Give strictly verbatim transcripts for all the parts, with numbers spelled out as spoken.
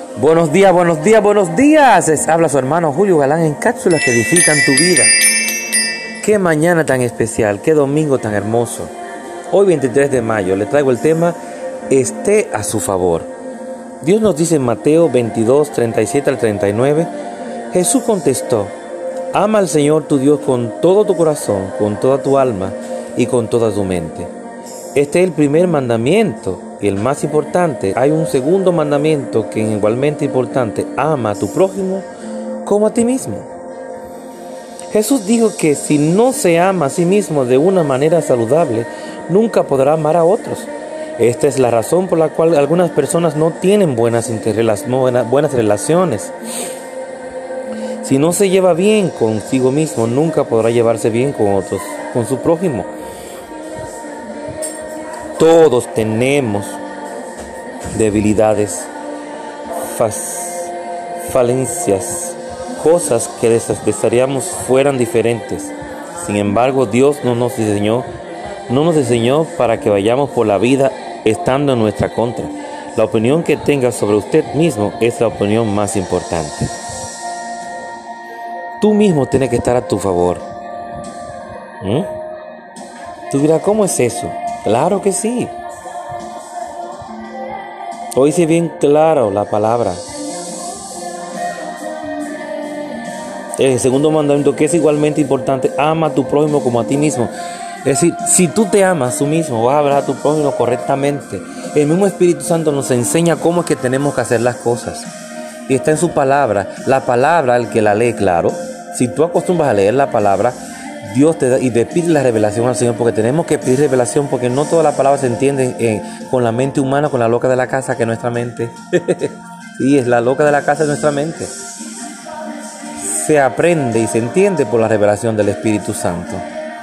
Buenos días, buenos días, buenos días. Les habla su hermano Julio Galán en cápsulas que edifican tu vida. Qué mañana tan especial, qué domingo tan hermoso. Hoy veintitrés de mayo le traigo el tema esté a su favor. Dios nos dice en Mateo veintidós, treinta y siete al treinta y nueve, Jesús contestó: ama al Señor tu Dios con todo tu corazón, con toda tu alma y con toda tu mente. Este es el primer mandamiento y el más importante. Hay un segundo mandamiento que es igualmente importante: ama a tu prójimo como a ti mismo. Jesús dijo que si no se ama a sí mismo de una manera saludable, nunca podrá amar a otros. Esta es la razón por la cual algunas personas no tienen buenas, buenas relaciones. Si no se lleva bien consigo mismo, nunca podrá llevarse bien con otros, con su prójimo. Todos tenemos debilidades, falencias, cosas que desearíamos fueran diferentes. Sin embargo, Dios no nos diseñó, no nos diseñó para que vayamos por la vida estando en nuestra contra. La opinión que tenga sobre usted mismo es la opinión más importante. Tú mismo tienes que estar a tu favor. ¿Mm? Tú dirás, ¿cómo es eso? Claro que sí. Hoy dice bien claro la palabra. El segundo mandamiento, que es igualmente importante: ama a tu prójimo como a ti mismo. Es decir, si tú te amas tú mismo, vas a hablar a tu prójimo correctamente. El mismo Espíritu Santo nos enseña cómo es que tenemos que hacer las cosas. Y está en su palabra. La palabra, el que la lee, claro. Si tú acostumbras a leer la palabra, Dios te da y te pide la revelación al Señor, porque tenemos que pedir revelación, porque no toda la palabra se entiende eh, con la mente humana, con la loca de la casa, que es nuestra mente. Sí, es la loca de la casa de nuestra mente. Se aprende y se entiende por la revelación del Espíritu Santo.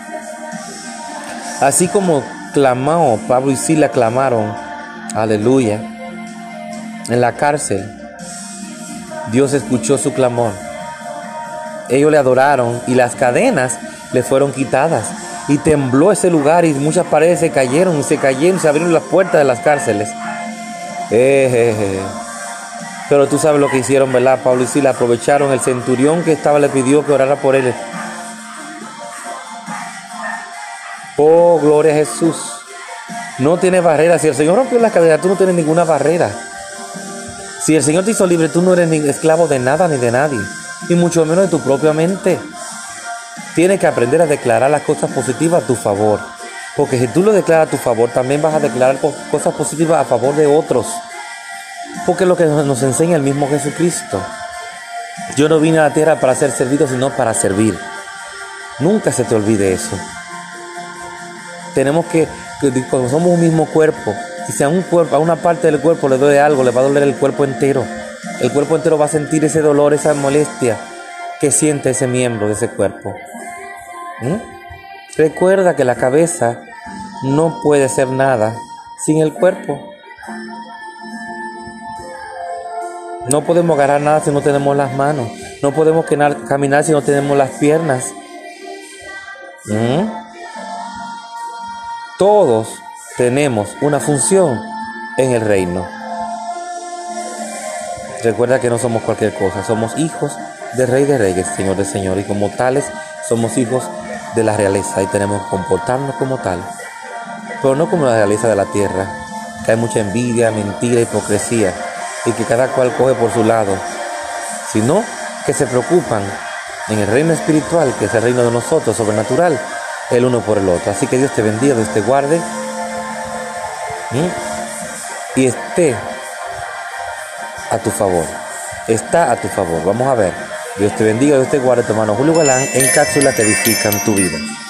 Así como clamó, Pablo y Silas clamaron, aleluya, en la cárcel, Dios escuchó su clamor. Ellos le adoraron y las cadenas le fueron quitadas. Y tembló ese lugar y muchas paredes se cayeron, y se cayeron, se abrieron las puertas de las cárceles. Eh, eh, eh. Pero tú sabes lo que hicieron, ¿verdad? Pablo y Silas aprovecharon. El centurión que estaba le pidió que orara por él. Oh, gloria a Jesús. No tiene barrera. Si el Señor rompió las cadenas, tú no tienes ninguna barrera. Si el Señor te hizo libre, tú no eres ni esclavo de nada ni de nadie, y mucho menos de tu propia mente. Tienes que aprender a declarar las cosas positivas a tu favor, porque si tú lo declaras a tu favor, también vas a declarar cosas positivas a favor de otros, porque es lo que nos enseña el mismo Jesucristo. Yo no vine a la tierra para ser servido, sino para servir. Nunca se te olvide eso. Tenemos que, cuando somos un mismo cuerpo, y si a un cuerpo, a una parte del cuerpo le duele algo, le va a doler el cuerpo entero. El cuerpo entero va a sentir ese dolor, esa molestia que siente ese miembro de ese cuerpo. ¿Mm? Recuerda que la cabeza no puede hacer nada sin el cuerpo. No podemos agarrar nada si no tenemos las manos. No podemos caminar si no tenemos las piernas. ¿Mm? Todos tenemos una función en el reino. Recuerda que no somos cualquier cosa, somos hijos del Rey de Reyes, Señor de Señores, y como tales somos hijos de la realeza y tenemos que comportarnos como tal, pero no como la realeza de la tierra, que hay mucha envidia, mentira, hipocresía, y que cada cual coge por su lado, sino que se preocupan en el reino espiritual, que es el reino de nosotros, sobrenatural, el uno por el otro. Así que Dios te bendiga, Dios te guarde, ¿sí? Y esté a tu favor, está a tu favor. Vamos a ver. Dios te bendiga, Dios te guarde, tu hermano Julio Galán en cápsulas que edifican tu vida.